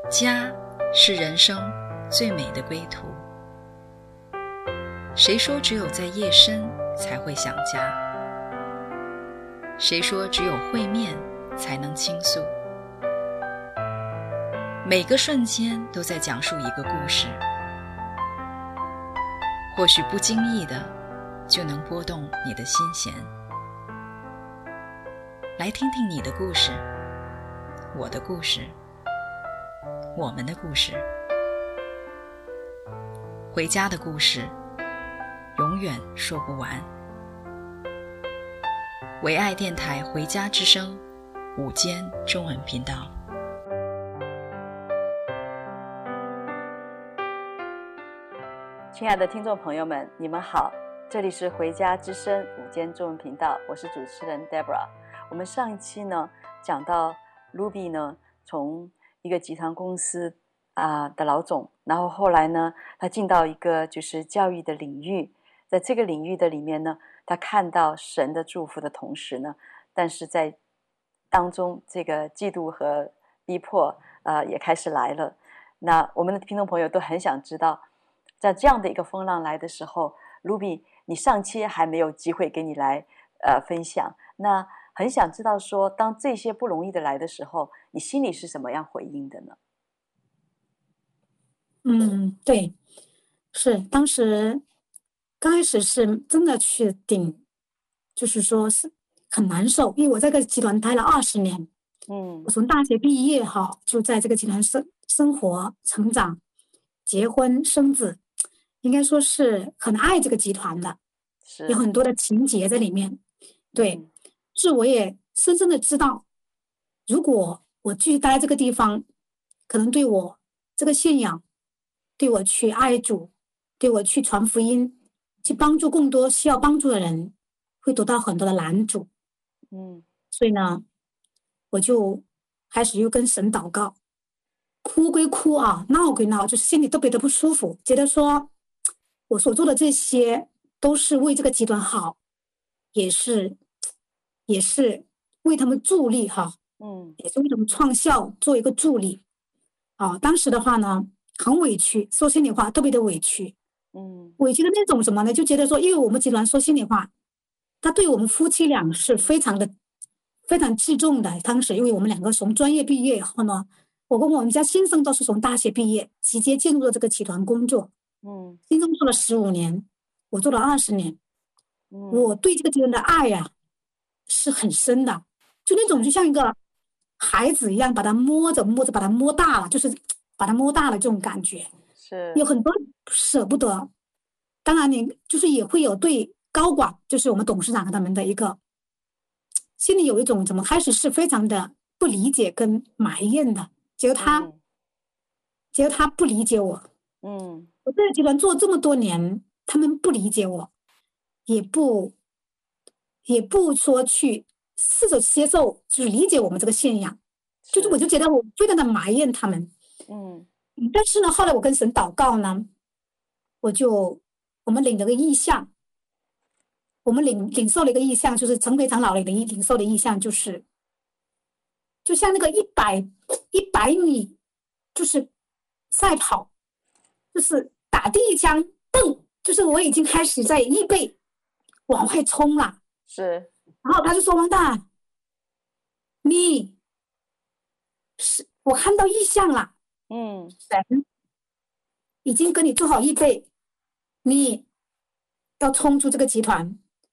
家是人生最美的归途。谁说只有在夜深才会想家？谁说只有会面才能倾诉？每个瞬间都在讲述一个故事，或许不经意的就能拨动你的心弦。来听听你的故事，我的故事，我们的故事。回家的故事永远说不完。唯爱电台回家之声午间中文频道。 亲爱的听众朋友们，你们好，这里是回家之声午间中文频道，我是主持人 Deborah。 我们上一期呢讲到 Ruby 呢从一个集团公司的老总，然后后来呢他进到一个就是教育的领域，在这个领域的里面呢，他看到神的祝福的同时呢，但是在当中这个嫉妒和逼迫也开始来了。那我们的听众朋友都很想知道，在这样的一个风浪来的时候， Ruby 你上期还没有机会给你来分享，那很想知道说，当这些不容易的来的时候，你心里是什么样回应的呢？ 对，是当时刚开始是真的去顶，就是说是很难受，因为我在这个集团待了20年，我从大学毕业就在这个集团生活、成长、结婚、生子，应该说是很爱这个集团的，有很多的情节在里面。对，是我也深深的知道，如果我继续待在这个地方，可能对我这个信仰，对我去爱主，对我去传福音，去帮助更多需要帮助的人，会得到很多的拦阻。所以呢，我就开始又跟神祷告，哭归哭闹归闹，就是心里特别的不舒服，觉得说我所做的这些都是为这个集团好，也是为他们助力也是为他们创校做一个助力当时的话呢，很委屈，说心里话特别的委屈。委屈的那种什么呢，就觉得说，因为我们集团说心里话，他对我们夫妻俩是非常器重的。当时因为我们两个从专业毕业以后呢，我跟我们家先生都是从大学毕业直接进入了这个集团工作。先生做了15年，我做了20年。我对这个集团的爱是很深的，就那种就像一个孩子一样，把他摸着把他摸大了，就是把他摸大了这种感觉，是有很多舍不得。当然你就是也会有对高管，就是我们董事长他们的一个心里有一种怎么开始是非常的不理解跟埋怨的，觉得他不理解我。我在集团做这么多年，他们不理解我，也不说去试着接受，就是理解我们这个信仰，就是我就觉得我非常的埋怨他们。但是呢，后来我跟神祷告呢，我们领了个意向，我们领受了一个意向，就是陈培长老领受的意向，就是就像那个100米就是赛跑，就是打第一枪蹦，就是我已经开始在预备往外冲了。然后他就说，王大，我看到异象了，神已经跟你做好预备，你要冲出这个集团，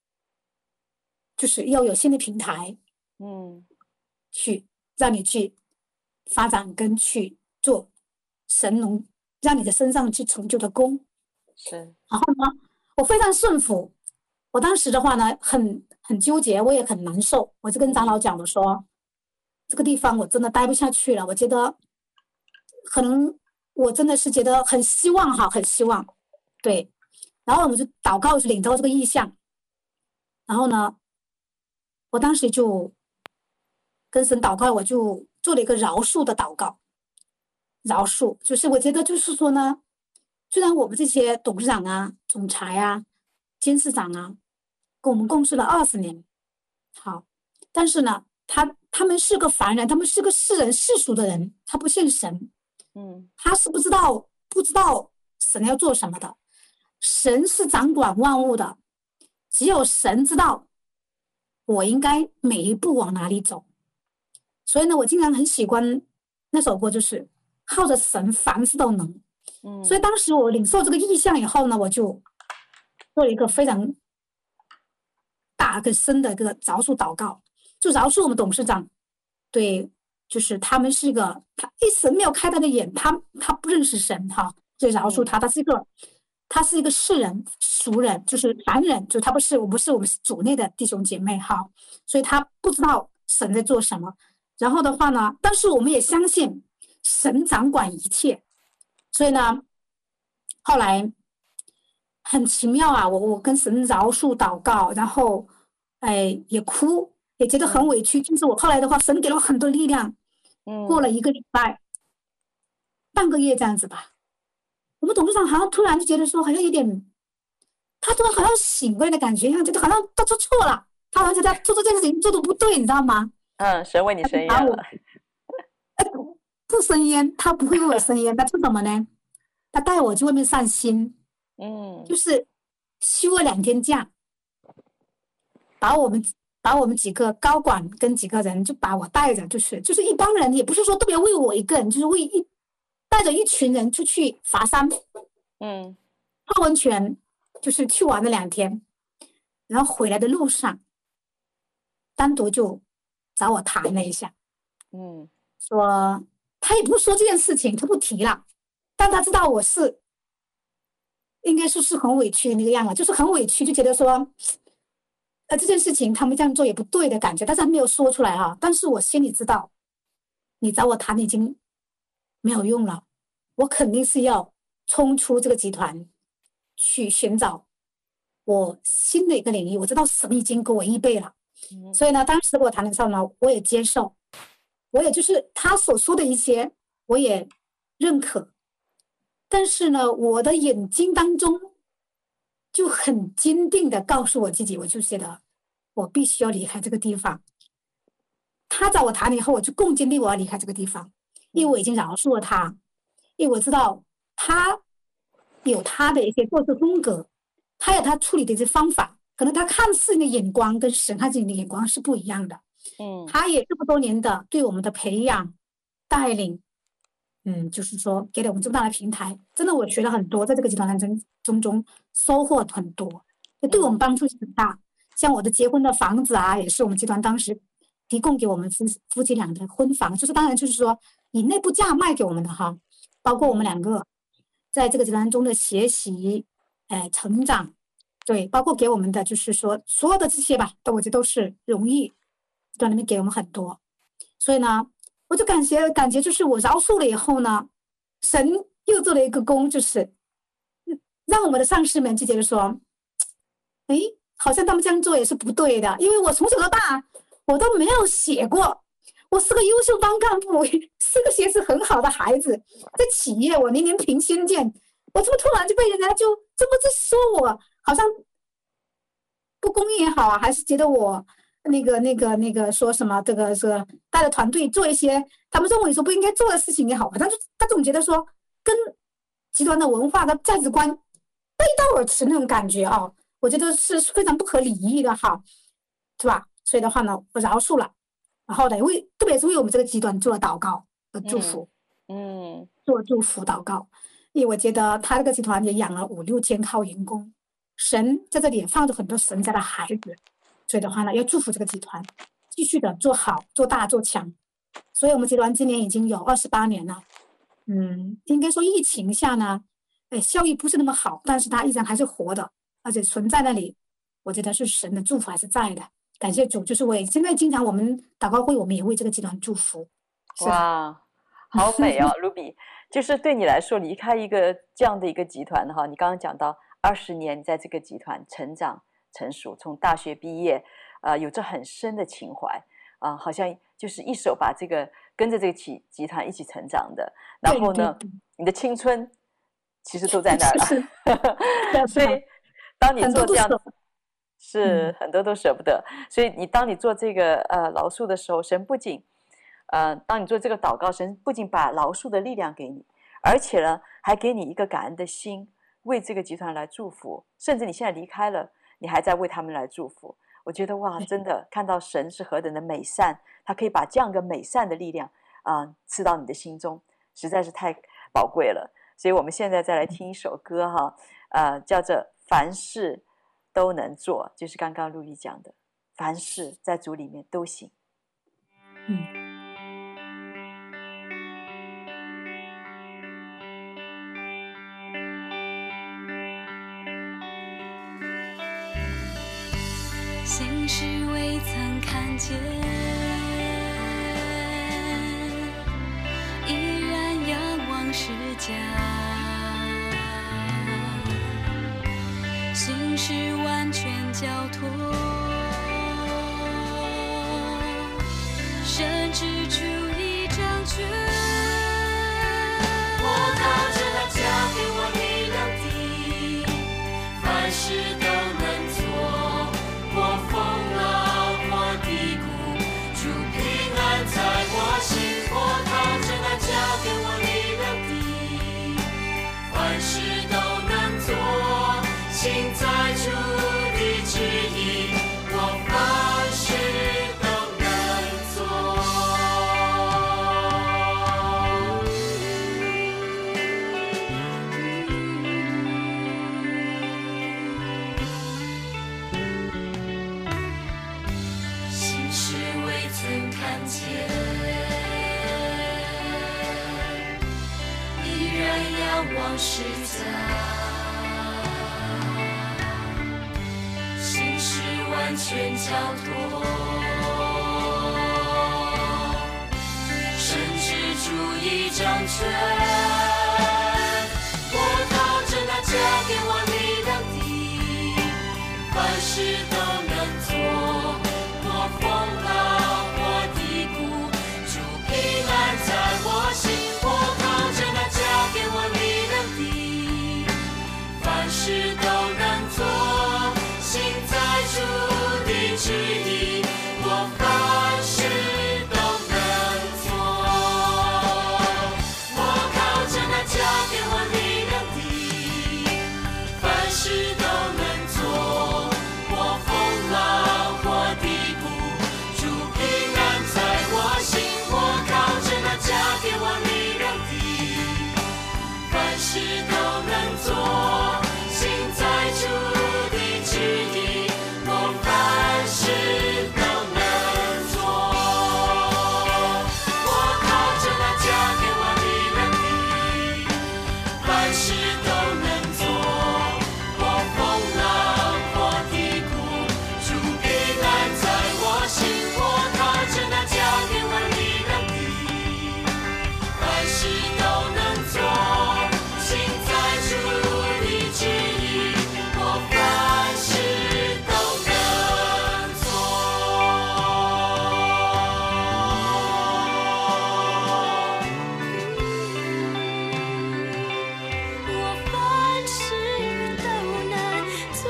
就是要有新的平台，去让你去发展跟去做神农让你的身上去成就的功。然后呢，我非常顺服。我当时的话呢，很纠结，我也很难受。我就跟长老讲了说，这个地方我真的待不下去了。我觉得可能我真的是觉得很希望很希望。对，然后我们就祷告，就领到这个意向。然后呢，我当时就跟神祷告，我就做了一个饶恕的祷告。饶恕就是我觉得就是说呢，虽然我们这些董事长总裁监事长跟我们共事了20年，但是呢，他们是个凡人，他们是个世人世俗的人，他不信神。 他是不知道神要做什么的。神是掌管万物的，只有神知道我应该每一步往哪里走。所以呢，我经常很喜欢那首歌，就是靠着神凡事都能。所以当时我领受这个意象以后呢，我就做了一个非常大跟深的一个饶恕祷告，就饶恕我们董事长。对，就是他们是一个，神没有开他的眼，他不认识神哈，所以饶恕他。他是一个世人俗人，就是凡人，就我不是我们主内的弟兄姐妹哈，所以他不知道神在做什么。然后的话呢，但是我们也相信神掌管一切，所以呢，后来很奇妙啊，我跟神饶恕祷告，然后也哭，也觉得很委屈。就是我后来的话，神给了我很多力量。过了1个礼拜，半个月这样子吧，我们董事长好像突然就觉得说，好像有点，他突然好像醒过来的感觉，觉得好像他做错了，他好像觉得他做这件事情做的不对，你知道吗？ 神为你伸冤了。 不伸冤，他不会为我伸冤，他做什么呢？他带我去外面散心，就是休了2天假，把我们几个高管跟几个人就把我带着，就是一帮人，也不是说特别为我一个人，就是带着一群人出去爬山，泡温泉，就是去玩了2天，然后回来的路上，单独就找我谈了一下，说他也不说这件事情，他不提了，但他知道我是应该是很委屈的那个样子，就是很委屈，就觉得说这件事情他们这样做也不对的感觉，但是他没有说出来啊。但是我心里知道，你找我谈已经没有用了，我肯定是要冲出这个集团，去寻找我新的一个领域。我知道神已经给我预备了，所以呢，当时跟我谈的时候呢，我也接受，我也就是他所说的一些，我也认可。但是呢，我的眼睛当中就很坚定的告诉我自己，我就觉得我必须要离开这个地方。他找我谈了以后，我就更坚定我要离开这个地方，因为我已经饶恕了他，因为我知道他有他的一些做事风格，他有他处理的一些方法，可能他看事情的眼光跟神看事情的眼光是不一样的。他也这么多年的对我们的培养带领，就是说给了我们这么大的平台，真的我学了很多，在这个集团中收获很多，也对我们帮助很大。像我的结婚的房子啊，也是我们集团当时提供给我们夫妻俩的婚房，就是当然就是说以内部价卖给我们的哈，包括我们2个在这个集团中的学习，成长，对，包括给我们的就是说所有的这些吧，我觉得都是荣誉，集团里面给我们很多，所以呢，我就感觉就是我饶恕了以后呢，神又做了一个工，就是让我们的上司们就觉得说，好像他们这样做也是不对的，因为我从小到大我都没有写过，我是个优秀班干部，是个学习很好的孩子，在企业我年年评先见，我怎么突然就被人家就这么说我，好像不公义也好啊，还是觉得我那个说什么这个带着团队做一些他们认为说不应该做的事情也好，他总觉得说跟集团的文化的价值观背道而驰那种感觉啊，我觉得是非常不合礼义的哈，是吧？所以的话呢，我饶恕了，然后呢，特别是为我们这个集团做了祷告和祝福，做祝福祷告，因为我觉得他这个集团也养了5、6千靠员工，神在这里也放着很多神家的孩子，所以的话呢，要祝福这个集团继续的做好、做大、做强。所以我们集团今年已经有28年了，应该说疫情下呢，效益不是那么好，但是它依然还是活的，而且存在那里，我觉得是神的祝福还是在的。感谢主，就是我现在经常我们祷告会，我们也为这个集团祝福。 哇，好美哦，Ruby，就是对你来说，离开一个这样的一个集团哈，你刚刚讲到20年在这个集团成长成熟，从大学毕业，有着很深的情怀好像就是一手把这个跟着这个集团一起成长的，然后呢，你的青春其实都在那儿了，所以当你做这样是很多都舍不得，所以当你做这个饶恕的时候，神不仅当你做这个祷告，神不仅把饶恕的力量给你， 而且呢还给你一个感恩的心，为这个集团来祝福，甚至你现在离开了，你还在为他们来祝福。我觉得哇，真的看到神是何等的美善，他可以把这样个美善的力量赐到你的心中，实在是太宝贵了。所以我们现在再来听一首歌哈，叫做凡事都能做，就是刚刚陆丽讲的，凡事在主里面都行。 心事未曾看见，依然仰望世家，心事完全交托，甚至出一张权， 我靠着那加给我力量的，凡事都能做，过风浪或低谷，主平安在我心。我靠着那加给我力量的，凡事都能做，心在主的旨意，我凡事都能做。心事未曾看见，依然仰望世家，心事完全交托，甚至主一掌权。我靠着那加给我力量的，凡事都能做，过风浪或低谷，主平安在我心。我靠着那加给我力量的，凡事都能做，心在主的旨意，我凡事都能做。我靠着那加给我力量的，凡事都能做，过风浪或低谷，主平安在我心。我靠着那加给我力量的，凡事都能做，心在主的旨意，我凡事都能做。我靠着那加给我力量的，凡事都能做，过风浪或低谷，主平安在我心。我靠着那加给我力量的，凡事都能做，心在主的旨意，我凡事都能做。 我凡事都能做。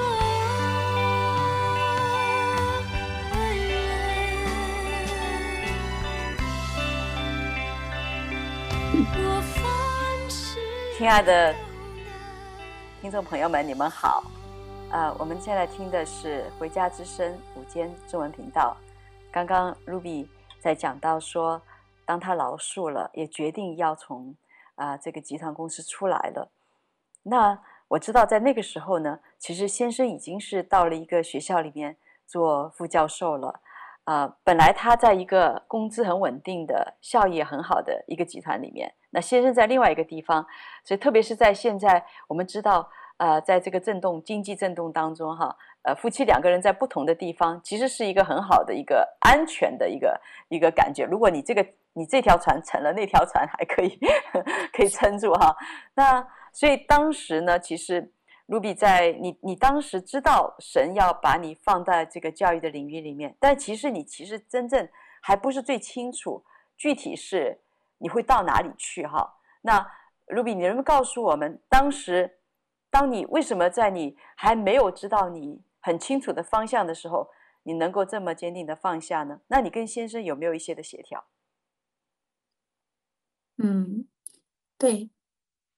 我凡事亲爱的听众朋友们，你们好。我们现在听的是回家之声午间中文频道。刚刚 Ruby 在讲到说，当他饶恕了，也决定要从这个集团公司出来了。那我知道在那个时候呢，其实先生已经是到了一个学校里面做副教授了。本来他在一个工资很稳定的、效益很好的一个集团里面，那先生在另外一个地方，所以特别是在现在我们知道，在这个经济震动当中哈，夫妻两个人在不同的地方，其实是一个很好的一个安全的一个感觉。如果你这条船沉了，那条船还可以可以撑住哈。那所以当时呢，其实Ruby 在你当时知道神要把你放在这个教育的领域里面，但其实真正还不是最清楚具体是你会到哪里去哈。那 Ruby 你能不能告诉我们，当你为什么在你还没有知道你很清楚的方向的时候，你能够这么坚定的放下呢？那你跟先生有没有一些的协调？ 对，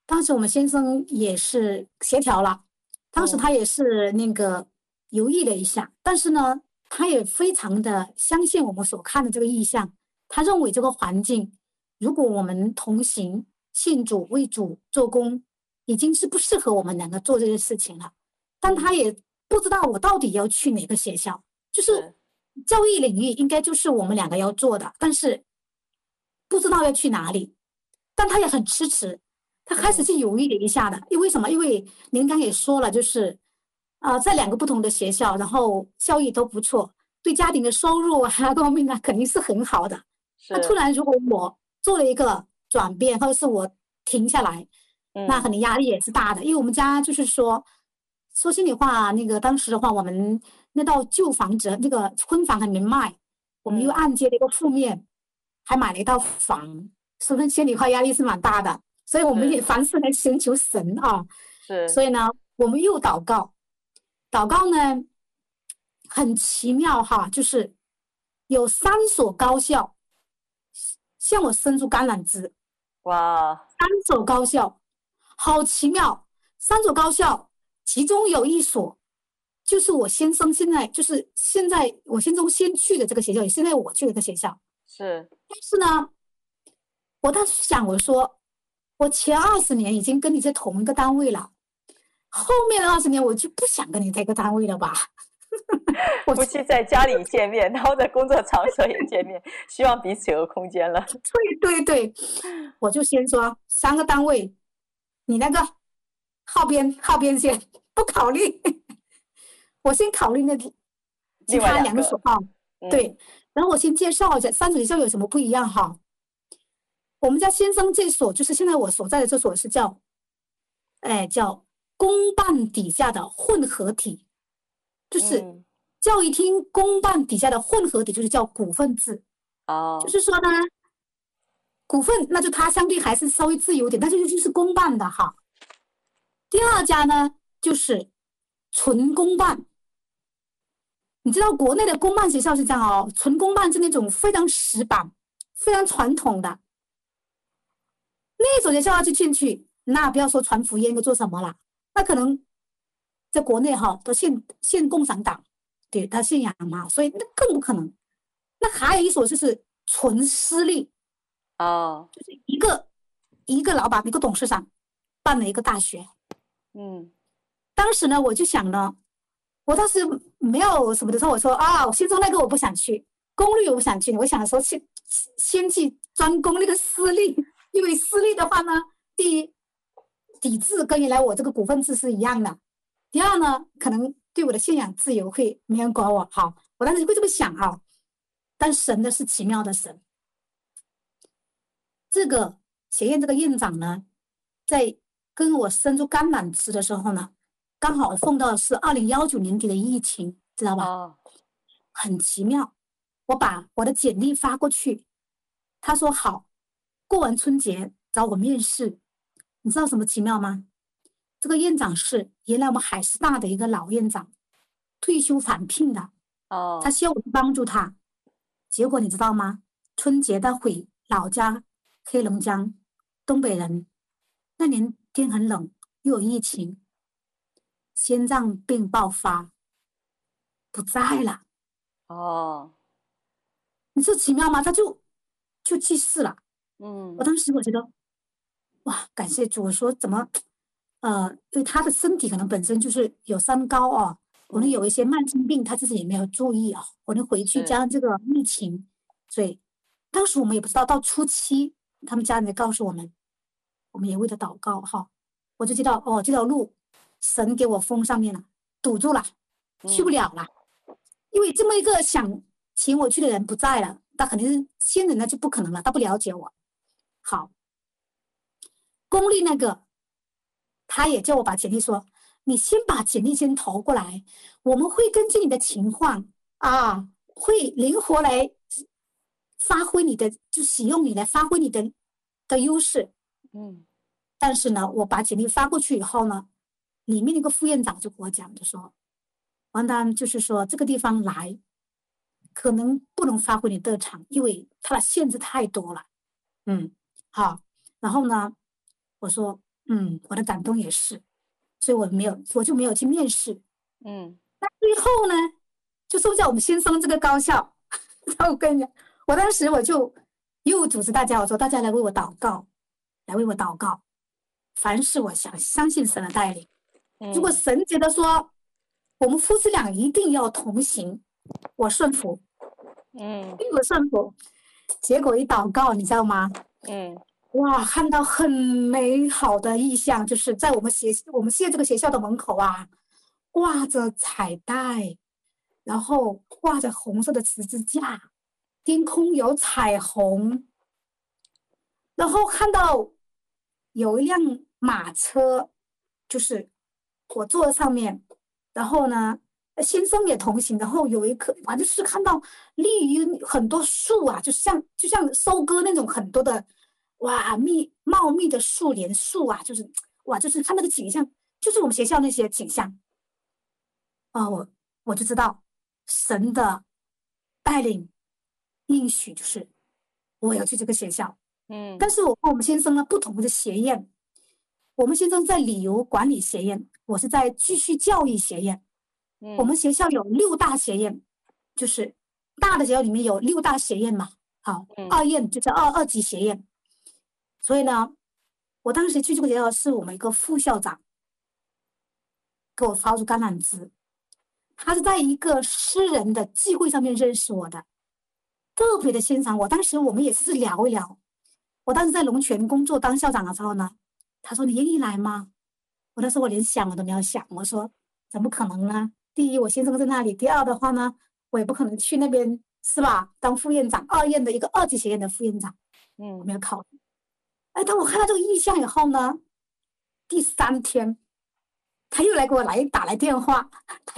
当时我们先生也是协调了，当时他也是那个犹豫了一下，但是呢，他也非常的相信我们所看的这个意象，他认为这个环境，如果我们同行信主为主做工，已经是不适合我们两个做这个事情了。但他也不知道我到底要去哪个学校，就是教育领域应该就是我们两个要做的，但是不知道要去哪里。但他也很支持，他开始是犹豫了一下的，因为什么？因为您刚也说了，就是在2个不同的学校，然后效益都不错，对家庭的收入啊各方面啊肯定是很好的。那突然如果我做了一个转变，或者是我停下来，那可能压力也是大的。因为我们家就是说心里话，那个当时的话，我们那套旧房子，那个婚房还没卖，我们又按揭了一个负面，还买了一套房，所以心里话压力是蛮大的。所以我们也凡事来寻求神啊。所以呢，我们又祷告呢，很奇妙哈，就是有3所高校向我伸出橄榄枝。 哇 ！3所高校，好奇妙！3所高校，其中有1所就是我先生现在我先生先去的这个学校，也现在我去的这个学校。 是。 但是呢，我当时想，我说我前20年已经跟你在同一个单位了，后面的20年我就不想跟你在一个单位了吧。 夫妻在家里见面，然后在工作场所也见面，希望彼此有空间了。 对，我就先说3个单位，你那个号边先不考虑，我先考虑那其他2所哈。对，然后我先介绍一下3所学校有什么不一样哈。我们家先生这所就是现在我所在的这所是叫公办底下的混合体，就是教育厅公办底下的混合体，就是叫股份制。就是说呢，股份那就它相对还是稍微自由点，但是就是公办的哈。第2家呢就是纯公办。你知道国内的公办学校是这样哦，纯公办是那种非常死板、非常传统的。那所学校要去进去，那不要说传福音都做什么了，那可能在国内哈都信共产党，对他信仰嘛，所以那更不可能。那还有一所就是纯私立，就是一个老板一个董事长办了一个大学。当时呢我就想呢，我当时没有什么的时候，我说我先生那个我不想去，公立我不想去，我想说先去专攻那个私立。因为私立的话呢，第一抵制跟原来我这个股份制是一样的，第2呢可能对我的信仰自由会没人管我。好，我当时会这么想啊。但神的是奇妙的神，这个学院这个院长呢，在跟我伸出橄榄枝的时候呢，刚好碰到的是2019年底的疫情，知道吧？很奇妙。我把我的简历发过去，他说好，过完春节找我面试。你知道什么奇妙吗？这个院长是原来我们海师大的一个老院长，退休返聘的。他希望我去帮助他。结果你知道吗？春节他回老家黑龙江，东北人，那年天很冷，又有疫情，心脏病爆发，不在了。你说奇妙吗？他就去世了。我当时我觉得，哇，感谢主！我说怎么，因为他的身体可能本身就是有三高哦，可能有一些慢性病，他自己也没有注意哦，可能回去加上这个疫情，所以当时我们也不知道，到初期他们家人告诉我们，我们也为他祷告哈，我就知道哦，这条路神给我封上面了，堵住了，去不了了，因为这么一个想请我去的人不在了，他肯定是新人，那就不可能了，他不了解我。好，公立那个他也叫我把简历说，你先把简历先投过来，我们会根据你的情况会灵活来发挥你的，就使用你来发挥你的优势。但是呢，我把简历发过去以后呢，里面那个副院长就跟我讲，就说王丹就是说这个地方来可能不能发挥你的特长，因为它的限制太多了。好，然后呢我说我的感动也是，所以我就没有去面试。那最后呢，就送叫我们先生这个高校。然后我当时我就又组织大家，我说大家来为我祷告，凡事我相信神的带领。如果神觉得说我们夫妻俩一定要同行，我顺服。我顺服。结果一祷告，你知道吗？哇，看到很美好的意象，就是在我们现在这个学校的门口啊，挂着彩带，然后挂着红色的十字架，天空有彩虹，然后看到有一辆马车，就是我坐在上面，然后呢先生也同行，然后有一棵就是看到立于很多树啊，就像收割那种很多的茂密的树连树啊，就是看那个景象，就是我们学校那些景象我就知道神的带领应许，就是我要去这个学校。但是我和我们先生呢不同的学院，我们先生在旅游管理学院，我是在继续教育学院。我们学校有6大学院，就是大的学校里面有6大学院嘛，好，2院就是二级学院。所以呢，我当时去这个学校是我们一个副校长给我发出橄榄枝，他是在一个私人的聚会上面认识我的，特别的欣赏我。当时我们也是聊一聊，我当时在龙泉工作当校长的时候呢，他说你愿意来吗？我那时候我连想我都没有想，我说怎么可能呢？第一我先生在那里，第二的话呢，我也不可能去那边是吧，当副院长，2院的一个2级学院的副院长，我没有考虑。当我看到这个意向以后呢，第3天他又来给我打电话，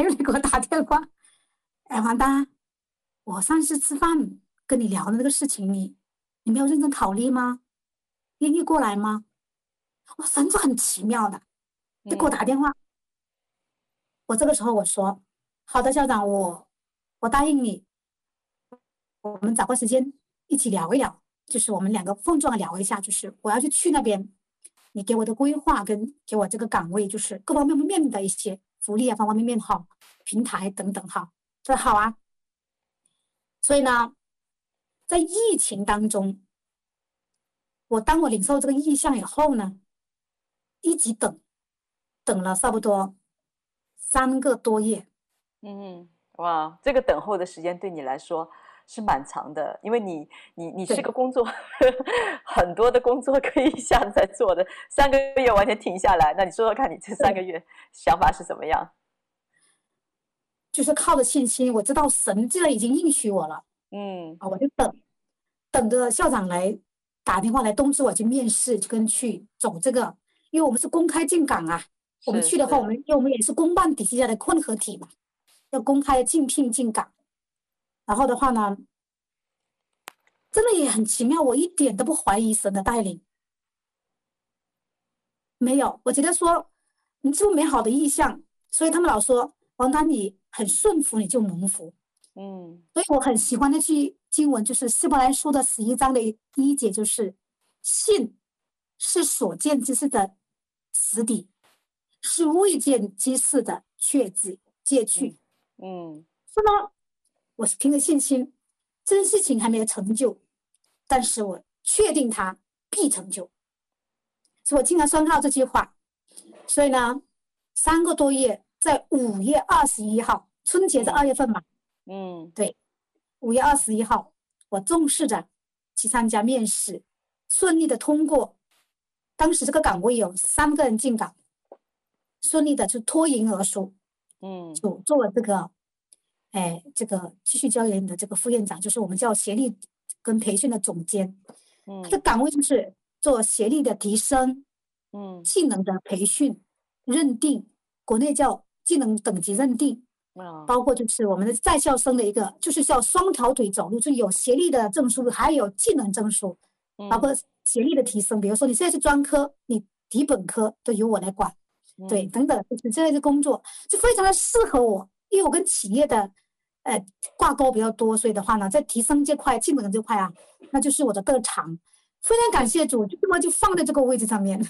王丹，我上次吃饭跟你聊的那个事情，你没有认真考虑吗？愿意过来吗？神就很奇妙的就给我打电话。我这个时候我说好的校长，我答应你，我们找个时间一起聊一聊，就是我们2个碰撞聊一下，就是我要去那边，你给我的规划跟给我这个岗位，就是各方面的一些福利啊，方方面面好，平台等等好，说好啊。所以呢，在疫情当中，当我领受这个意向以后呢，一直等了差不多3个多月。 哇，这个等候的时间对你来说是蛮长的，因为你是个工作很多的工作可以一下子在做的，3个月完全停下来。那你说说看，你这3个月想法是怎么样？ 就是靠着信心，我知道神既然已经应许我了，我就等着校长来打电话来通知我去面试，跟去走这个，因为我们是公开进岗啊，我们去的话，因为我们也是公办体系下的混合体嘛，要公开竞聘进岗。然后的话呢，真的也很奇妙，我一点都不怀疑神的带领，没有，我觉得说你这么美好的意向，所以他们老说王丹你很顺服你就蒙福。所以我很喜欢那句经文，就是希伯来书的11章的1节，就是信是所见之事的实底，是未见之事的确据。是吗？我是凭着信心，这件事情还没有成就，但是我确定它必成就，所以我经常宣告这句话。所以呢，3个多月，在5月21号，春节是2月份嘛，对，5月21号，我重视着去参加面试，顺利的通过。当时这个岗位有3个人进岗，顺利的就脱颖而出，就做了这个继续教研的这个副院长，就是我们叫协力跟培训的总监。他的岗位就是做协力的提升，技能的培训认定，国内叫技能等级认定，包括就是我们的在校生的一个，就是叫双条腿走路，就有协力的证书，还有技能证书，包括协力的提升，比如说你现在是专科，你提本科都由我来管，对，等等，就是这类的工作就非常的适合我，因为我跟企业的挂钩比较多，所以的话呢，在提升这块、技能这块啊，那就是我的特长。非常感谢主，就这么就放在这个位置上面。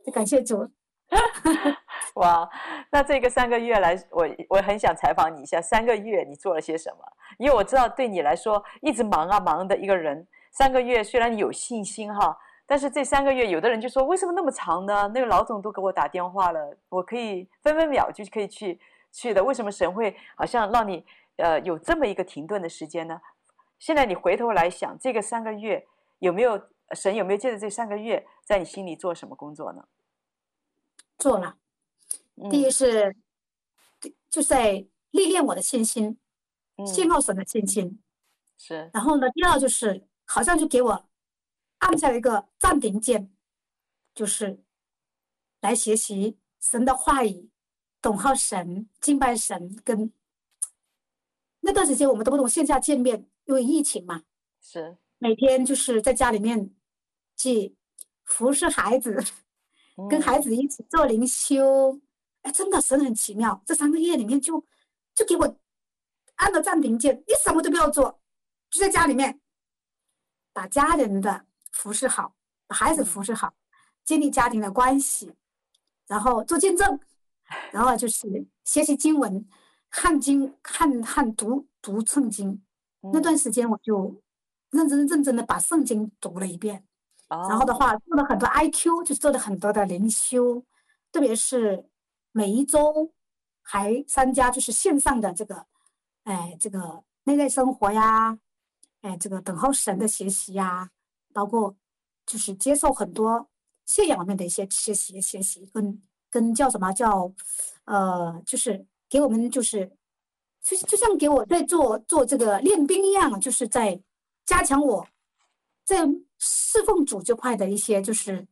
感谢主。 哇，那这个3个月来，我很想采访你一下，3个月你做了些什么？因为我知道对你来说，一直忙啊忙的一个人，3个月虽然你有信心哈，但是这3个月，有的人就说为什么那么长呢？那个老总都给我打电话了，我可以分分秒就可以去的，为什么神会好像让你有这么一个停顿的时间呢？现在你回头来想，这个3个月神有没有借着这3个月在你心里做什么工作呢？ 做了。第一是就是在历练我的信心，信靠神的信心。 是。 然后呢，第二就是好像就给我按下一个暂停键，就是来学习神的话语，懂好神，敬拜神。跟那段时间我们都不懂线下见面，因为疫情嘛， 是每天就是在家里面去服侍孩子，跟孩子一起做灵修。哎，真的神很奇妙，这3个月里面就给我按了暂停键，你什么都不要做，就在家里面把家人的服侍好，把孩子服侍好，建立家庭的关系，然后做见证，然后就是学习经文，看读圣经。那段时间我就认真的把圣经读了一遍，然后的话做了很多 IQ， 就做了很多的灵修，特别是每一周还参加就是线上的这个内在生活呀，这个等候神的学习呀，包括就是接受很多信仰方面的一些学习，跟叫什么叫就是给我们就像给我在做这个练兵一样，就是在加强我在侍奉主这块的一些就是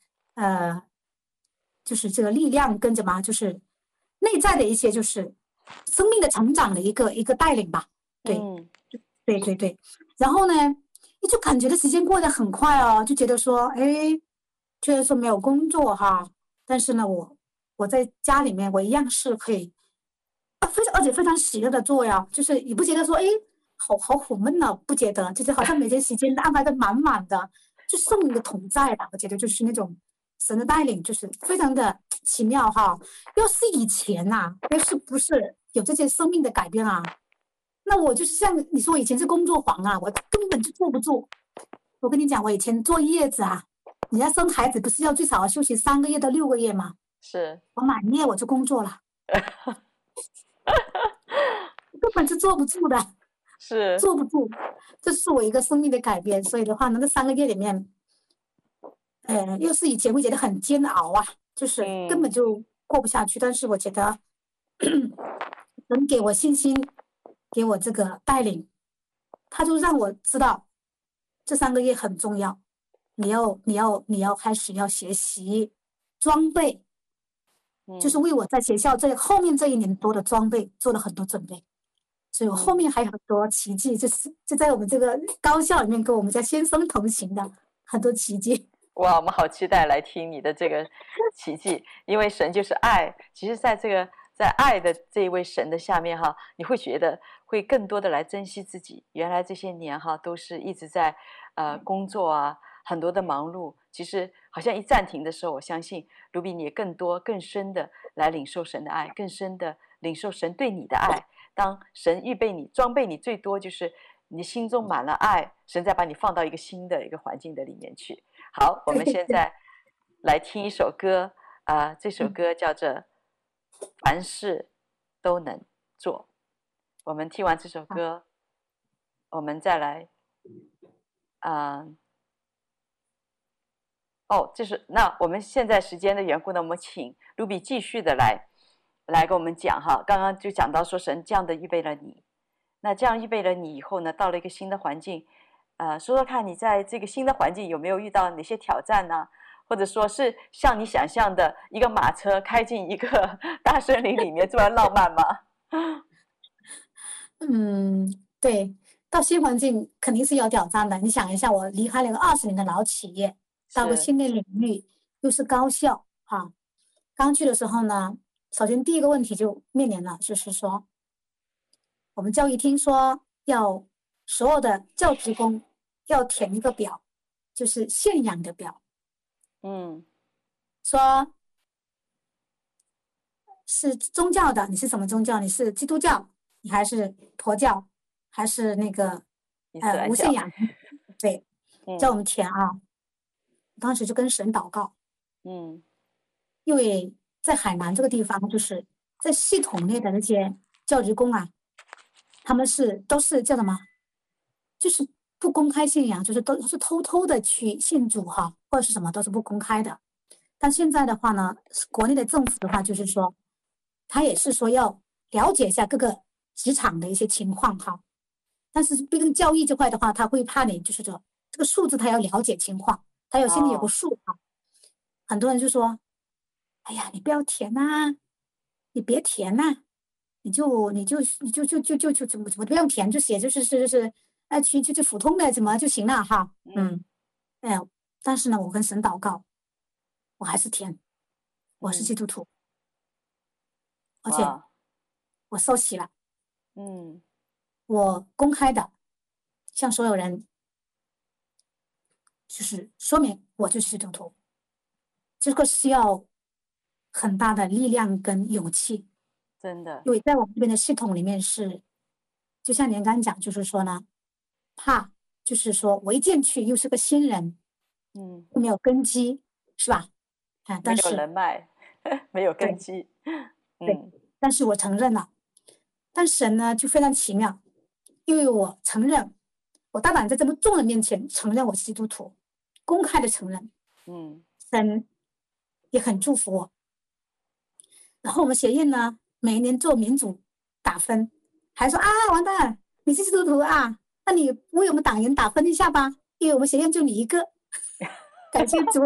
这个力量跟什么就是内在的一些就是生命的成长的一个带领吧。对。然后呢，你就感觉的时间过得很快哦，就觉得说，虽然说没有工作哈，但是呢，我在家里面我一样是可以而且非常喜乐的做呀，就是你不觉得说，好苦闷呢？不觉得，就是好像每天时间安排的满满的，就圣灵的同在吧。我觉得就是那种神的带领，就是非常的奇妙哈。要是以前呐，要是不是有这些生命的改变啊，那我就是像你说，以前是工作狂啊，我根本就坐不住。我跟你讲，我以前坐月子啊，你要生孩子不是要最少休息3个月到6个月吗？ 是。 我满月我就工作了。根本是坐不住的， 是坐不住，这是我一个生命的改变。所以的话呢，那3个月里面，要是以前会觉得很煎熬啊，就是根本就过不下去。但是我觉得能给我信心，给我这个带领，他就让我知道这3个月很重要。你要开始要学习装备。就是为我在学校后面这1年多的装备做了很多准备，所以我后面还有很多奇迹，就在我们这个高校里面跟我们家先生同行的很多奇迹。 哇，我们好期待来听你的这个奇迹，因为神就是爱。其实在爱的这一位神的下面哈，你会觉得会更多的来珍惜自己。原来这些年哈都是一直在工作啊，很多的忙碌，其实好像一暂停的时候，我相信卢比你也更多更深的来领受神的爱，更深的领受神对你的爱。当神预备你装备你，最多就是你心中满了爱，神再把你放到一个新的一个环境的里面去。好，我们现在来听一首歌这首歌叫做凡事都能做。我们听完这首歌，我们再来就是那我们现在时间的缘故呢，我们请卢比继续的来跟我们讲哈。刚刚就讲到说神这样的预备了你，那这样预备了你以后呢，到了一个新的环境，说说看你在这个新的环境有没有遇到哪些挑战呢？或者说是像你想象的一个马车开进一个大森林里面这么浪漫吗？ 对，到新环境肯定是有挑战的。你想一下，我离开了一个20年的老企业，到个新的领域，又是高校哈。刚去的时候呢，首先第一个问题就面临了，就是说我们教育厅说要所有的教职工要填一个表，就是信仰的表。说是宗教的，你是什么宗教？你是基督教，你还是佛教，还是那个无信仰？对，叫我们填啊。当时就跟神祷告，因为在海南这个地方，就是在系统内的那些教职工啊，他们都是叫什么？就是不公开信仰，就是都是偷偷的去信主哈，或者是什么都是不公开的。但现在的话呢，国内的政府的话，就是说，他也是说要了解一下各个职场的一些情况哈。但是毕竟教育这块的话，他会怕你就是说这个数字他要了解情况，他心里有个数哈。很多人就说：“哎呀，你不要填呐，你别填呐，你就怎么不用填，就写去普通的怎么就行了哈。”但是呢，我跟神祷告，我还是填，我是基督徒，而且我受洗了，我公开的向所有人就是说明我就是基督徒，这个需要很大的力量跟勇气， 真的， 因为在我们这边的系统里面就像您刚刚讲，就是说呢，怕就是说我一进去又是个新人，又没有根基，是吧？但是没有人脉，没有根基， 对，但是我承认了，但神呢就非常奇妙，因为我承认，我大胆在这么众人面前承认我是基督徒，公开的承认，神也很祝福我。然后我们学院呢，每一年做民主打分，还说王蛋，你是基督徒啊，那你为我们党员打分一下吧，因为我们学院就你一个。感谢主，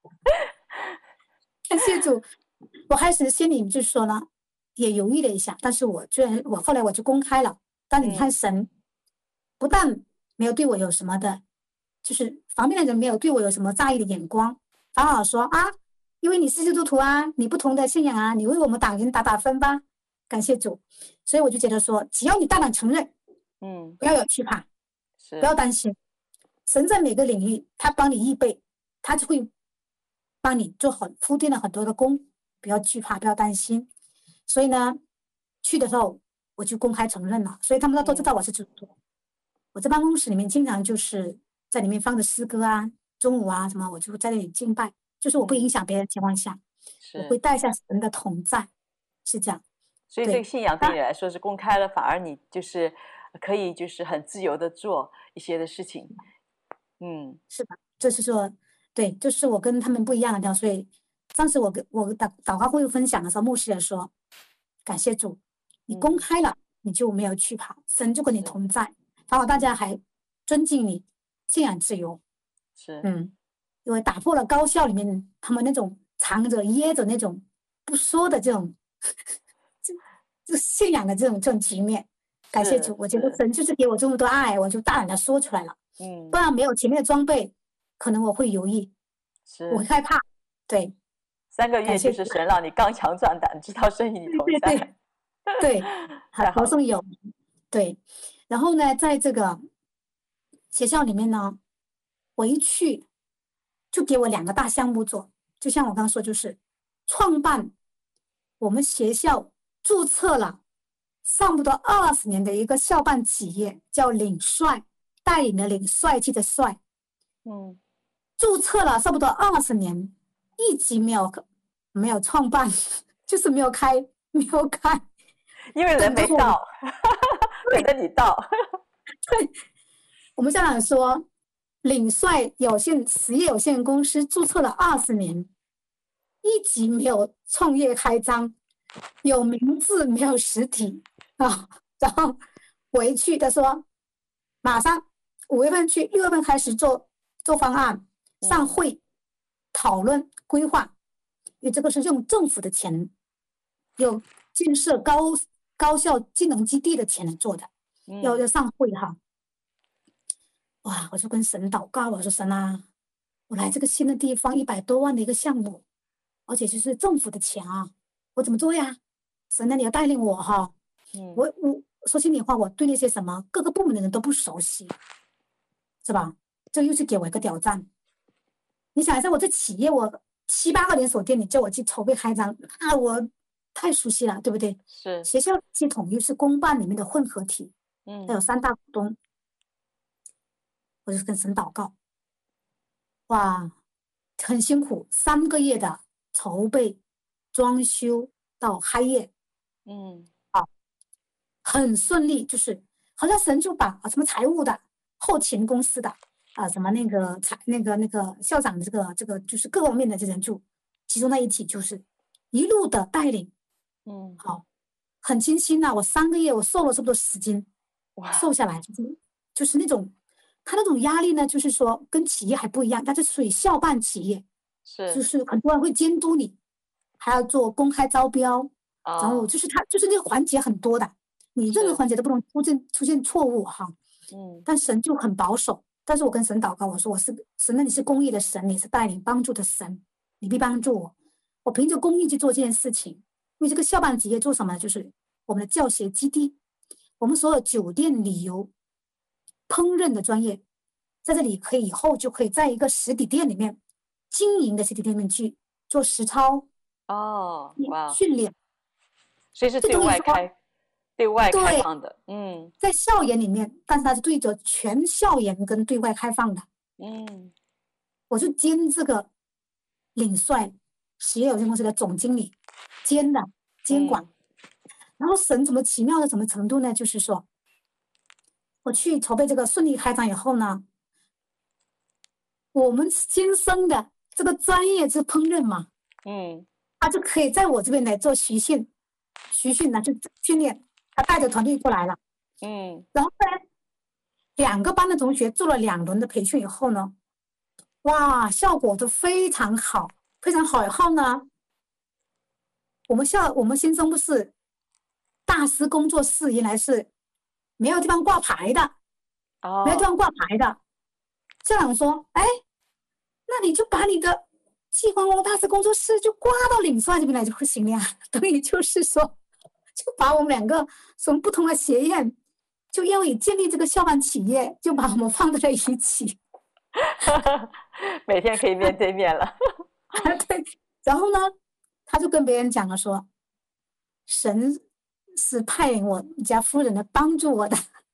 感谢主。我开始心里就是说呢，也犹豫了一下，但是我后来我就公开了。但你看神不但没有对我有什么的，就是旁边的人没有对我有什么在意的眼光，反而说因为你是基督徒啊，你不同的信仰啊，你为我们党员打分吧。感谢主。所以我就觉得说，只要你大胆承认，不要有惧怕，不要担心，神在每个领域他帮你预备，他就会帮你做好铺垫了很多的功，不要惧怕，不要担心。所以呢，去的时候我就公开承认了，所以他们都知道我是基督徒。我在办公室里面经常就是在里面放着诗歌啊，中午啊什么，我就在那里敬拜，就是我不影响别人的情况下，我会带下神的同在，是这样。 所以这个信仰对你来说是公开了，反而你就是可以就是很自由的做一些的事情。 是的，就是说，对，就是我跟他们不一样的地方。所以上次我祷告会分享的时候，牧师也说，感谢主，你公开了，你就没有惧怕，神就跟你同在，然后大家还尊敬你，信仰自由。因为打破了高校里面他们那种藏着掖着那种不说的这种这信仰的这种局面。感谢主，我觉得神就是给我这么多爱，我就大胆的说出来了。不然没有前面的装备，可能我会犹豫，我会害怕。对 ，3个月就是神让你刚强壮胆，知道圣与你同在。 对，好送有。对，然后呢，在这个学校里面呢，我一去就给我2个大项目做，就像我刚刚说，就是创办我们学校注册了差不多20年的一个校办企业，叫领帅，带领的领，帅气的帅。注册了差不多20年，一直没有创办，就是没有开， 因为人没到，等着你到。 对，我们校长说，领帅实业有限公司注册了20年，一直没有创业开张，有名字没有实体啊。然后我一去，他说马上5月份去，6月份开始做方案，上会讨论规划，因为这个是用政府的钱，有建设高校技能基地的钱来做的，要上会哈。哇，我就跟神祷告，我说神啊，我来这个新的地方100多万的一个项目，而且就是政府的钱啊，我怎么做呀？神啊，你要带领我哈。我说心里话，我对那些什么各个部门的人都不熟悉，是吧？这又是给我一个挑战。你想一下，我这企业我7、8个连锁店，你叫我去筹备开张，我太熟悉了，对不对？ 是， 学校系统又是公办里面的混合体，它有3大股东，我就跟神祷告，哇，很辛苦，3个月的筹备、装修到开业，很顺利，就是好像神就把什么财务的、后勤公司的什么那个校长的这个就是各方面的这人就其中在一起，就是一路的带领，好，很清新呐。我3个月我瘦了差不多10斤，瘦下来就是那种他那种压力呢，就是说跟企业还不一样，它是属于校办企业，就是很多人会监督你，还要做公开招标，然后就是他就是那个环节很多的。你任何环节都不能出现错误哈，但神就很保守。但是我跟神祷告，我说我是神，那你是公义的神，你是带领帮助的神，你必帮助我。我凭着公义去做这件事情，因为这个校办企业做什么呢？就是我们的教学基地，我们所有酒店、旅游、烹饪的专业，在这里可以以后就可以在一个实体店里面经营的实体店里面去做实操训练， 所以是对外开放的， 在校园里面，但是它是对着全校园跟对外开放的，我就兼这个领帅企业有限公司的总经理，监管，然后神怎么奇妙的什么程度呢？就是说，我去筹备这个顺利开张以后呢，我们新生的这个专业是烹饪嘛，他就可以在我这边来做实训呢，就训练。他带着团队过来了，然后呢，2个班的同学做了2轮的培训以后呢，哇，效果都非常好，非常好。以后呢，我们新生不是大师工作室，原来是没有地方挂牌的，没有地方挂牌的。校长说：“哎，那你就把你的季光大师工作室就挂到领帅这边来就行了呀。”等于就是说。就把我们2个从不同的学院，就因为建立这个校办企业，就把我们放在了一起， 每天可以面对面了。 对，然后呢，他就跟别人讲了说，神是派我家夫人来帮助我的，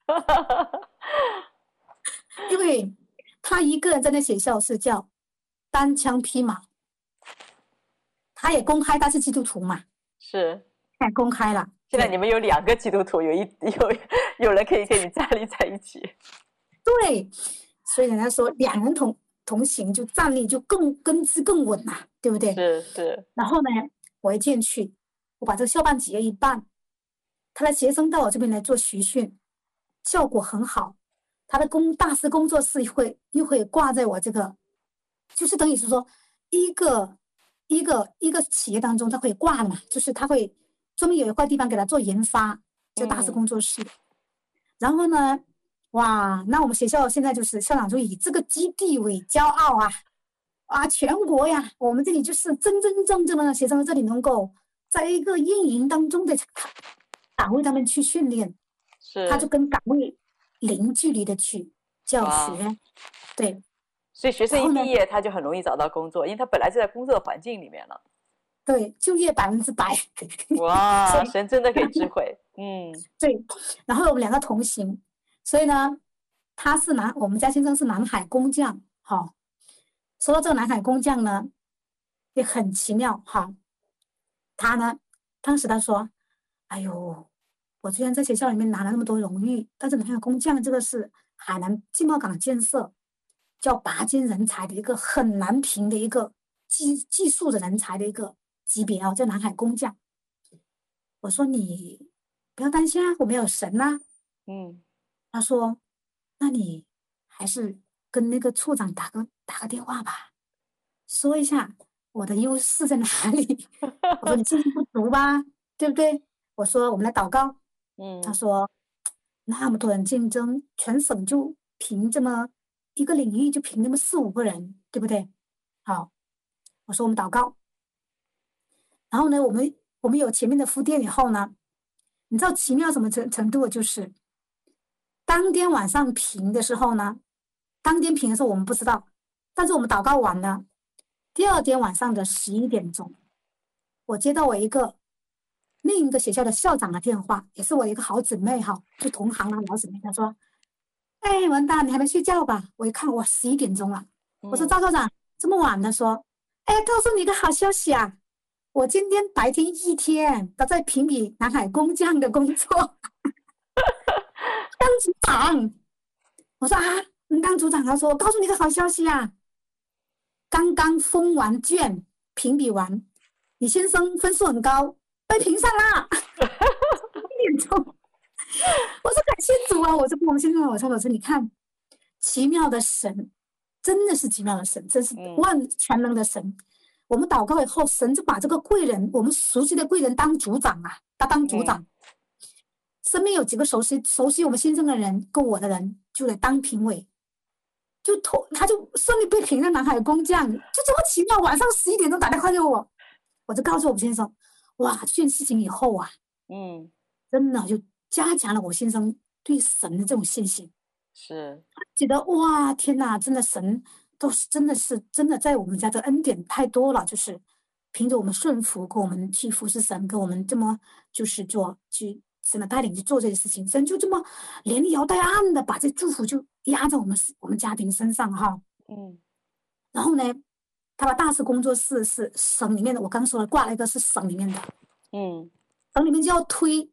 因为他一个人在那学校是叫单枪匹马，他也公开他是基督徒嘛， 是， 太公开了。 现在你们有2个基督徒，有人可以跟你站立在一起。 对，所以人家说2人同行，就站立就根基更稳嘛，对不对？ 是。 然后呢，我一进去，我把这个校办企业一办，他的学生到我这边来做实训，效果很好。他的大师工作室又会挂在我这个，就是等于是说一个企业当中，他会挂的嘛，就是他会。专门有一块地方给他做研发，就大师工作室。然后呢，哇，那我们学校现在就是校长就以这个基地为骄傲啊，全国呀，我们这里就是真真正正的学生在这里能够在一个运营当中的岗位他们去训练，他就跟岗位零距离的去教学，对。 所以学生一毕业他就很容易找到工作，因为他本来就在工作环境里面了。 对，就业100%。 哇，神真的给智慧。 对。然后我们2个同行，所以呢，我们家先生是南海工匠，哈。说到这个南海工匠呢，也很奇妙哈。他呢，当时他说：“哎呦，我虽然在学校里面拿了那么多荣誉，但是南海工匠这个是海南经贸港建设叫拔尖人才的一个很难评的一个技术的人才的一个。”级别叫南海工匠。我说你不要担心啊，我们有神啊。他说那你还是跟那个处长打个电话吧，说一下我的优势在哪里。我说你信心不足吧，对不对？我说我们来祷告。他说那么多人竞争，全省就凭这么一个领域就凭那么4-5个人，对不对？好，我说我们祷告。然后呢，我们有前面的铺垫以后呢，你知道奇妙什么程度？就是当天晚上评的时候呢，当天评的时候我们不知道，但是我们祷告完了，第2天晚上的11点钟，我接到我一个另一个学校的校长的电话，也是我一个好姊妹哈，就同行啊老姊妹，她说：“哎，文达，你还没睡觉吧？”我一看，哇，11点钟了。我说：“赵校长，这么晚了？”说：“哎，告诉你一个好消息啊，我今天白天一天都在评比南海工匠的工作，当组长。”我说：“啊，你当组长？”他说：“我告诉你个好消息啊，刚刚封完卷，评比完，你先生分数很高，被评上了。1点钟，我说感谢主啊！我就跟我们先生我说你看，奇妙的神，真的是奇妙的神，真是万全能的神。我们祷告以后，神就把这个贵人，我们熟悉的贵人当组长啊，他当组长。身边有几个熟悉我们先生的人跟我的人，就得当评委。他就顺利被评上南海工匠，就这么奇妙。晚上11点钟打电话给我，我就告诉我们先生，哇，这件事情以后啊，真的就加强了我先生对神的这种信心。 是， 觉得哇，天哪，真的神都是真的在我们家的恩典太多了，就是凭着我们顺服，跟我们去服侍神，跟我们这么就是去神的带领去做这些事情，神就这么连摇带按的把这祝福就压在我们家庭身上哈。然后呢，他把大师工作室是省里面的，我刚说了挂了一个是省里面的，省里面就要推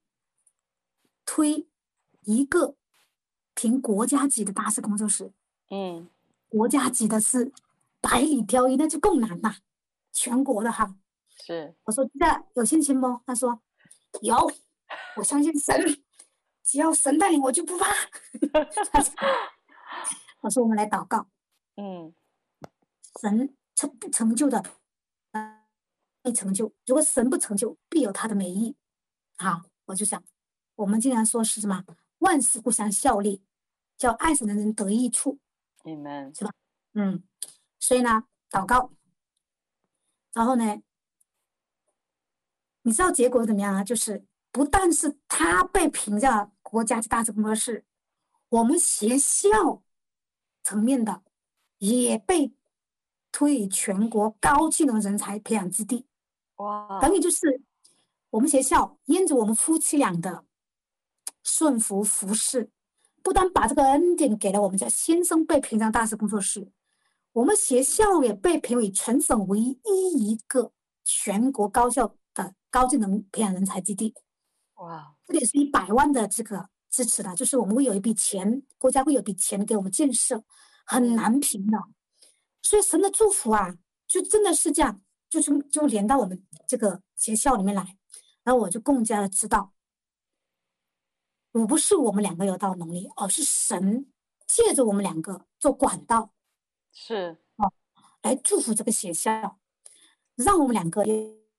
一个评国家级的大师工作室，国家级的是百里挑一，那就更难了，全国的哈。 是， 我说这有信心不？他说有。我相信神，只要神带领我就不怕。我说我们来祷告，神成就的必成就，如果神不成就，必有他的美意。好，我就想，我们经常说是什么？万事互相效力，叫爱神的人得益处。 Amen， 是吧？所以呢，祷告，然后呢，你知道结果怎么样啊？就是不但是他被评上国家级大师工作室，我们学校层面的也被推于全国高技能人才培养基地。 哇！ 等于就是我们学校因着我们夫妻俩的顺服服侍，不但把这个恩典给了我们家先生被评上大师工作室，我们学校也被评为全省唯一一个全国高校的高技能培养人才基地。 哇！ 这里是100万的这个支持的，就是我们会有一笔钱，国家会有一笔钱给我们建设，很难评的。所以神的祝福啊，就真的是这样，就连到我们这个学校里面来，然后我就更加的知道，不是我们两个有道能力，而是神借着我们两个做管道， 是来祝福这个学校，让我们两个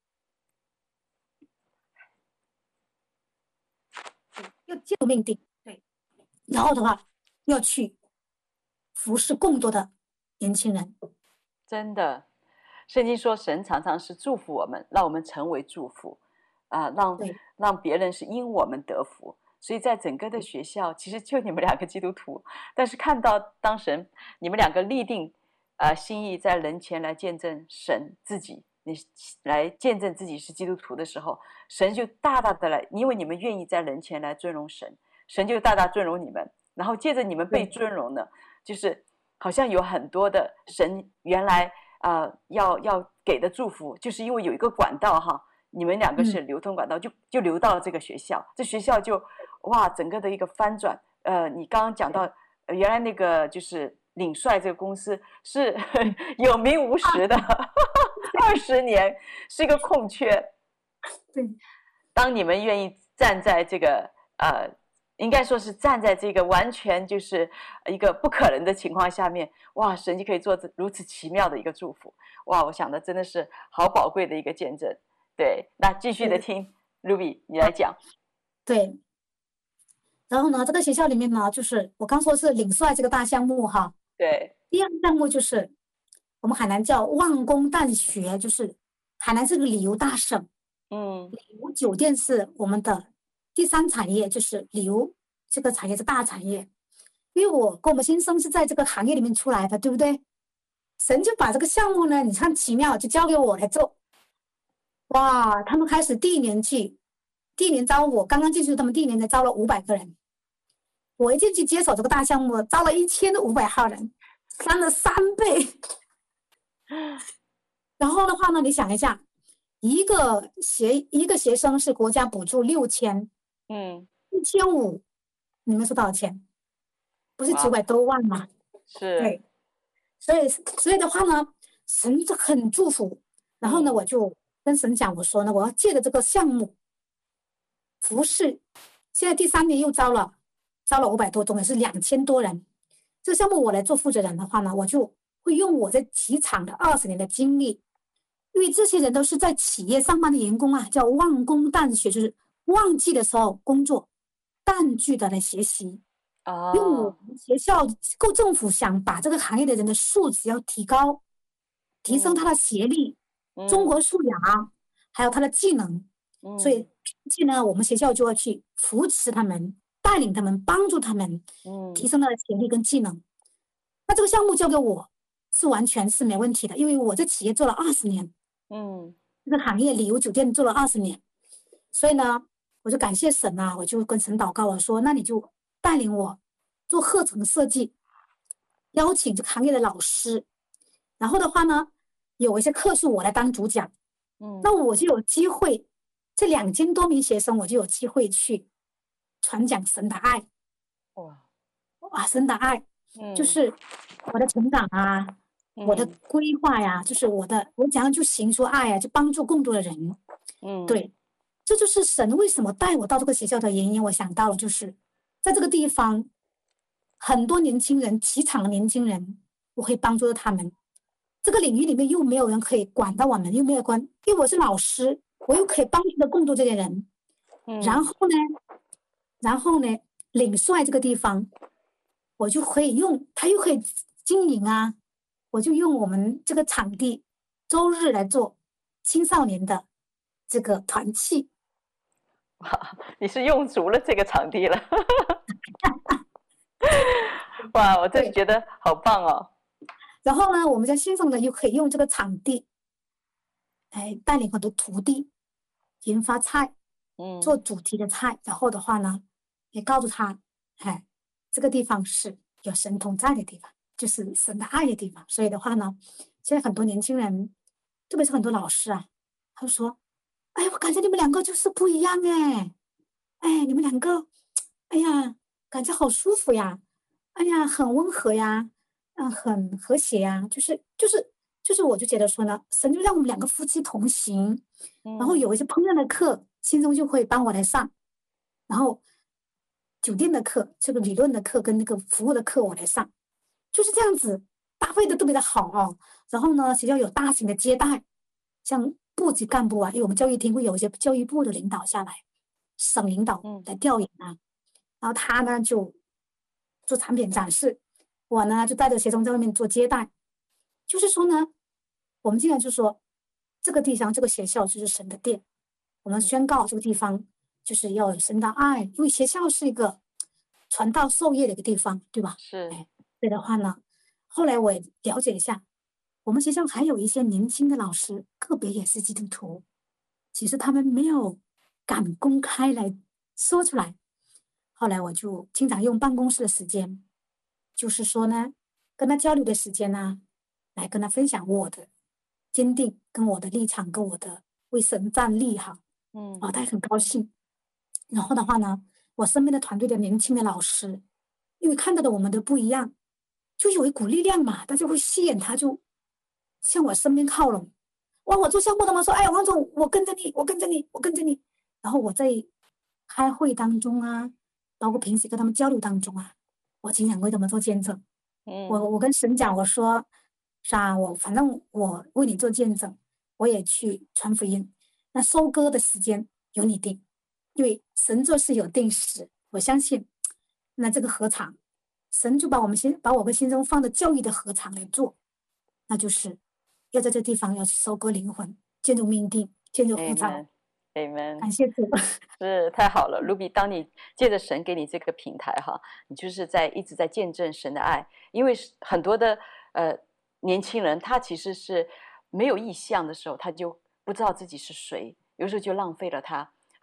要接受命定，对，然后的话要去服侍更多的年轻人。 真的，圣经说神常常是祝福我们，让我们成为祝福啊，让别人是因我们得福。所以在整个的学校，其实就你们两个基督徒，但是看到当神你们两个立定心意在人前来见证神自己，你来见证自己是基督徒的时候，神就大大的来，因为你们愿意在人前来尊荣神，神就大大尊荣你们，然后借着你们被尊荣呢，就是好像有很多的神原来要给的祝福，就是因为有一个管道哈，你们两个是流通管道，就流到了这个学校，这学校就哇整个的一个翻转。你刚刚讲到原来那个就是领帅这个公司是有名无实的20年是一个空缺。 对， 当你们愿意站在这个应该说是站在这个完全就是一个不可能的情况下面，哇，神就可以做如此奇妙的一个祝福。哇，我想的真的是好宝贵的一个见证。对，那继续的听 Ruby 你来讲。 对，然后呢，这个学校里面呢，就是我刚说是领帅这个大项目哈。 对， 第二个项目就是我们海南叫万工大学，就是海南是个旅游大省，旅游酒店是我们的第3产业，就是旅游这个产业是大产业。因为我跟我们先生是在这个行业里面出来的，对不对？神就把这个项目呢，你看奇妙，就交给我来做。哇，他们开始第1年去第一年招我刚刚进去，他们第一年才招了500个人，我一进去接手这个大项目，招了1500号人，翻了3倍。然后的话呢，你想一下，一个学生是国家补助6000，1500，你们说多少钱？不是900多万吗？ 是， 对，所以的话呢，神就很祝福。然后呢，我就跟神讲，我说呢，我要借着这个项目服侍，现在第3年又招了500多，总也是2000多人。这个项目我来做负责人的话呢，我就会用我在职场的20年的经历，因为这些人都是在企业上班的员工啊，叫忘工淡学，就是旺季的时候工作，淡季的来学习。因为我们学校够政府想把这个行业的人的素质要提高，提升他的学历、中国素养，还有他的技能。所以呢，我们学校就要去扶持他们，带领他们，帮助他们，提升他的学历跟技能。那这个项目交给我是完全是没问题的，因为我在企业做了20年，这个行业旅游酒店做了20年，所以呢，我就感谢神啊，我就跟神祷告，我说那你就带领我做课程设计，邀请这个行业的老师，然后的话呢，有一些课是我来当主讲，那我就有机会，这2000多名学生，我就有机会去传讲神的爱。哇，神的爱，就是我的成长啊，我的规划呀，就是我怎样就行出爱啊，就帮助更多的人。对，这就是神为什么带我到这个学校的原因。我想到了，就是在这个地方，很多年轻人，职场的年轻人，我会帮助他们。这个领域里面又没有人可以管到我们，又没有管，因为我是老师，我又可以帮助到更多这些人。然后呢，领帅这个地方，我就可以用，他又可以经营啊，我就用我们这个场地，周日来做青少年的这个团契。 哇，你是用足了这个场地了。哇，我真觉得好棒哦。 然后呢，我们在线上呢又可以用这个场地，带领很多徒弟研发菜，做主题的菜。然后的话呢，也告诉他，这个地方是有神同在的地方，就是神的爱的地方。所以的话呢，现在很多年轻人，特别是很多老师啊，他说：“哎，我感觉你们2个就是不一样你们2个，哎呀，感觉好舒服呀，哎呀，很温和呀。”很和谐呀，就是我就觉得说呢，神就让我们2个夫妻同行，然后有一些烹饪的课，心中就会帮我来上，然后酒店的课，这个理论的课跟那个服务的课我来上，就是这样子搭配的特别的好哦。然后呢，学校有大型的接待，像部级干部啊，因为我们教育厅会有一些教育部的领导下来，省领导来调研啊，然后他呢就做产品展示。我呢就带着学生在外面做接待，就是说呢，我们经常就说这个地方这个学校就是神的殿，我们宣告这个地方就是要有神的爱，因为学校是一个传道授业的一个地方，对吧？ 是。 所以的话呢，后来我也了解一下，我们学校还有一些年轻的老师，个别也是基督徒，其实他们没有敢公开来说出来。后来我就经常用办公室的时间，就是说呢，跟他交流的时间呢，来跟他分享我的坚定，跟我的立场，跟我的为神站立哈。他也很高兴。然后的话呢，我身边的团队的年轻的老师，因为看到的我们的不一样，就有一股力量嘛，他就会吸引他，就向我身边靠拢。哇，我做项目的嘛，说，哎，王总，我跟着你，我跟着你，我跟着你。然后我在开会当中啊，包括平时跟他们交流当中啊，我经常为他们做见证。我跟神讲，我说啥，反正我为你做见证，我也去传福音。那收割的时间由你定，因为神做事有定时。我相信，那这个禾场，神就把我们心中放的教育的禾场来做，那就是要在这地方要去收割灵魂，建筑命定，建筑禾场。 Amen， 感谢主。 是太好了，Ruby，当你借着神给你这个平台哈，你就是一直在见证神的爱。因为很多的年轻人，他其实是没有意向的时候，他就不知道自己是谁，有时候就浪费了他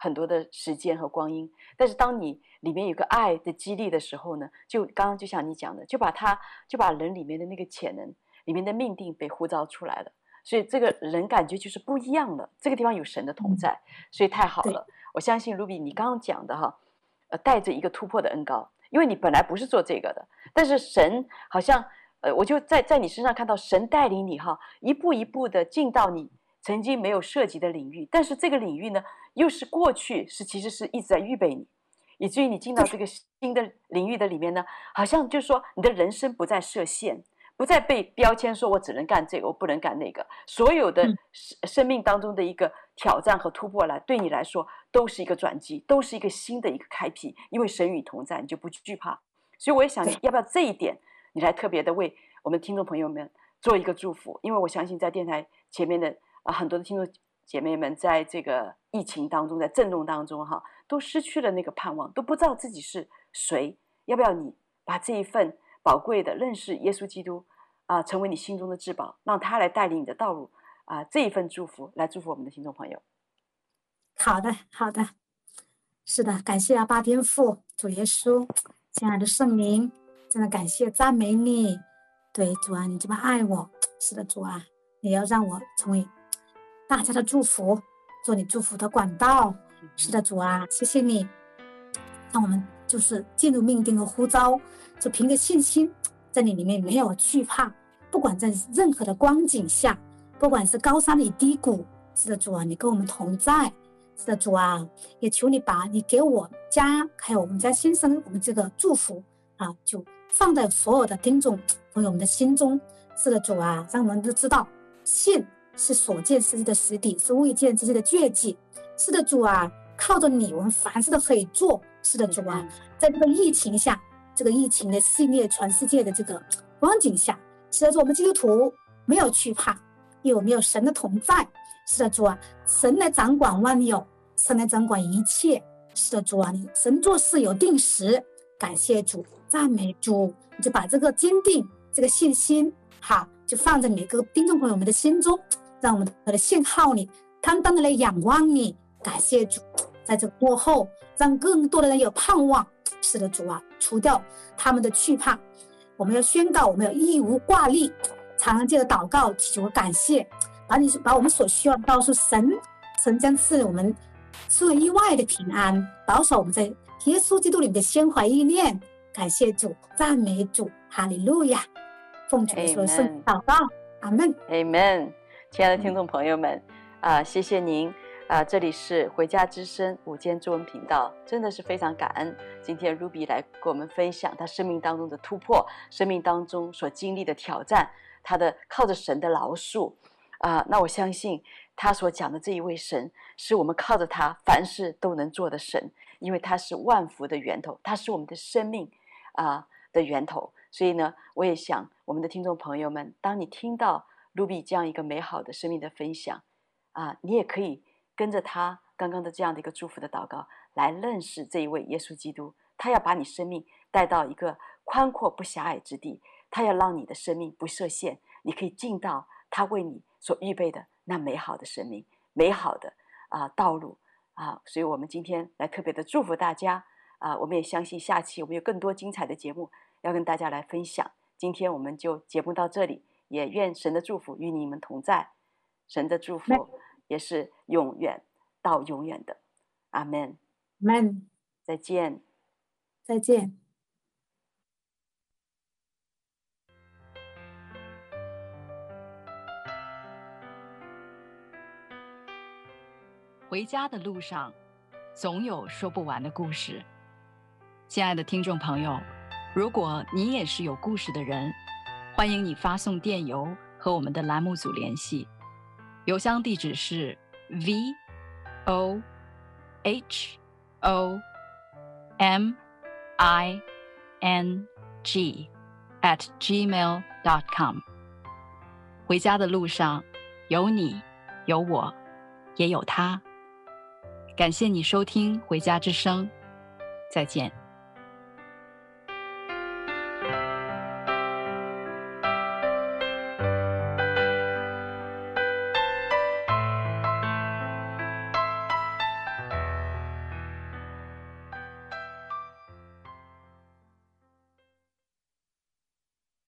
很多的时间和光阴。但是当你里面有个爱的激励的时候呢，刚刚就像你讲的，就把人里面的那个潜能，里面的命定被呼召出来了。所以这个人感觉就是不一样了，这个地方有神的同在，所以太好了。我相信 Ruby 你刚刚讲的哈，带着一个突破的恩膏，因为你本来不是做这个的，但是神好像我就在你身上看到神带领你哈，一步一步的进到你曾经没有涉及的领域，但是这个领域呢，又是过去其实是一直在预备你，以至于你进到这个新的领域的里面呢，好像就是说你的人生不再设限，不再被标签说我只能干这个，我不能干那个。所有的生命当中的一个挑战和突破对你来说都是一个转机，都是一个新的一个开辟，因为神与你同在，你就不惧怕。所以我也想，要不要这一点你来特别的为我们听众朋友们做一个祝福？因为我相信在电台前面的很多的听众姐妹们，在这个疫情当中，在震动当中哈，都失去了那个盼望，都不知道自己是谁。要不要你把这一份宝贵的认识耶稣基督成为你心中的至宝，让他来带领你的道路这一份祝福来祝福我们的听众朋友。 好的，好的，是的，感谢阿爸天父主耶稣，亲爱的圣灵，真的感谢赞美你。对主啊，你这么爱我，是的主啊，你要让我成为大家的祝福，做你祝福的管道。是的主啊，谢谢你，让我们就是进入命定和呼召，就凭着信心在你里面没有惧怕，不管在任何的光景下，不管是高山里低谷，是的主啊，你跟我们同在。是的主啊，也求你把你给我家还有我们家先生我们这个祝福就放在所有的听众朋友们的心中。是的主啊，让我们都知道信是所见之事的实底，是未见之事的确据。是的主啊，靠着你我们凡事都可以做。是的主啊，在这个疫情下，这个疫情的肆虐全世界的这个光景下，是的主，我们基督徒没有惧怕，因为我们有神的同在。是的主啊，神来掌管万有，神来掌管一切。是的主啊，你神做事有定时。感谢主，赞美主，你就把这个坚定这个信心就放在每个听众朋友们的心中，让我们的信靠你，单单的来仰望你。感谢主，在这个过后让更多的人有盼望。是的主啊，除掉他们的惧怕，我们要宣告我们有义无挂虑，常借着祷告祈求感谢，把我们所需要的告诉神，神将赐我们出人意外的平安，保守我们在耶稣基督里的心怀意念。感谢主，赞美主，哈利路亚，奉主的圣祷告，阿们 Amen。 亲爱的听众朋友们谢谢您这里是回家之声午间中文频道，真的是非常感恩今天 Ruby 来跟我们分享她生命当中的突破，生命当中所经历的挑战，她的靠着神的饶恕那我相信他所讲的这一位神是我们靠着他凡事都能做的神，因为他是万福的源头，他是我们的生命的源头。所以呢，我也想我们的听众朋友们，当你听到 Ruby 这样一个美好的生命的分享你也可以跟着他刚刚的这样的一个祝福的祷告来认识这一位耶稣基督。他要把你生命带到一个宽阔不狭隘之地，他要让你的生命不设限，你可以进到他为你所预备的那美好的生命，美好的道路所以我们今天来特别的祝福大家我们也相信下期我们有更多精彩的节目要跟大家来分享。今天我们就节目到这里，也愿神的祝福与你们同在，神的祝福也是永远到永远的。阿们， 阿们， 再见， 再见。 回家的路上，总有说不完的故事。亲爱的听众朋友，如果你也是有故事的人，欢迎你发送电邮和我们的栏目组联系，邮箱地址是 vohoming@gmail.com。 回家的路上，有你，有我，也有他。感谢你收听《回家之声》，再见。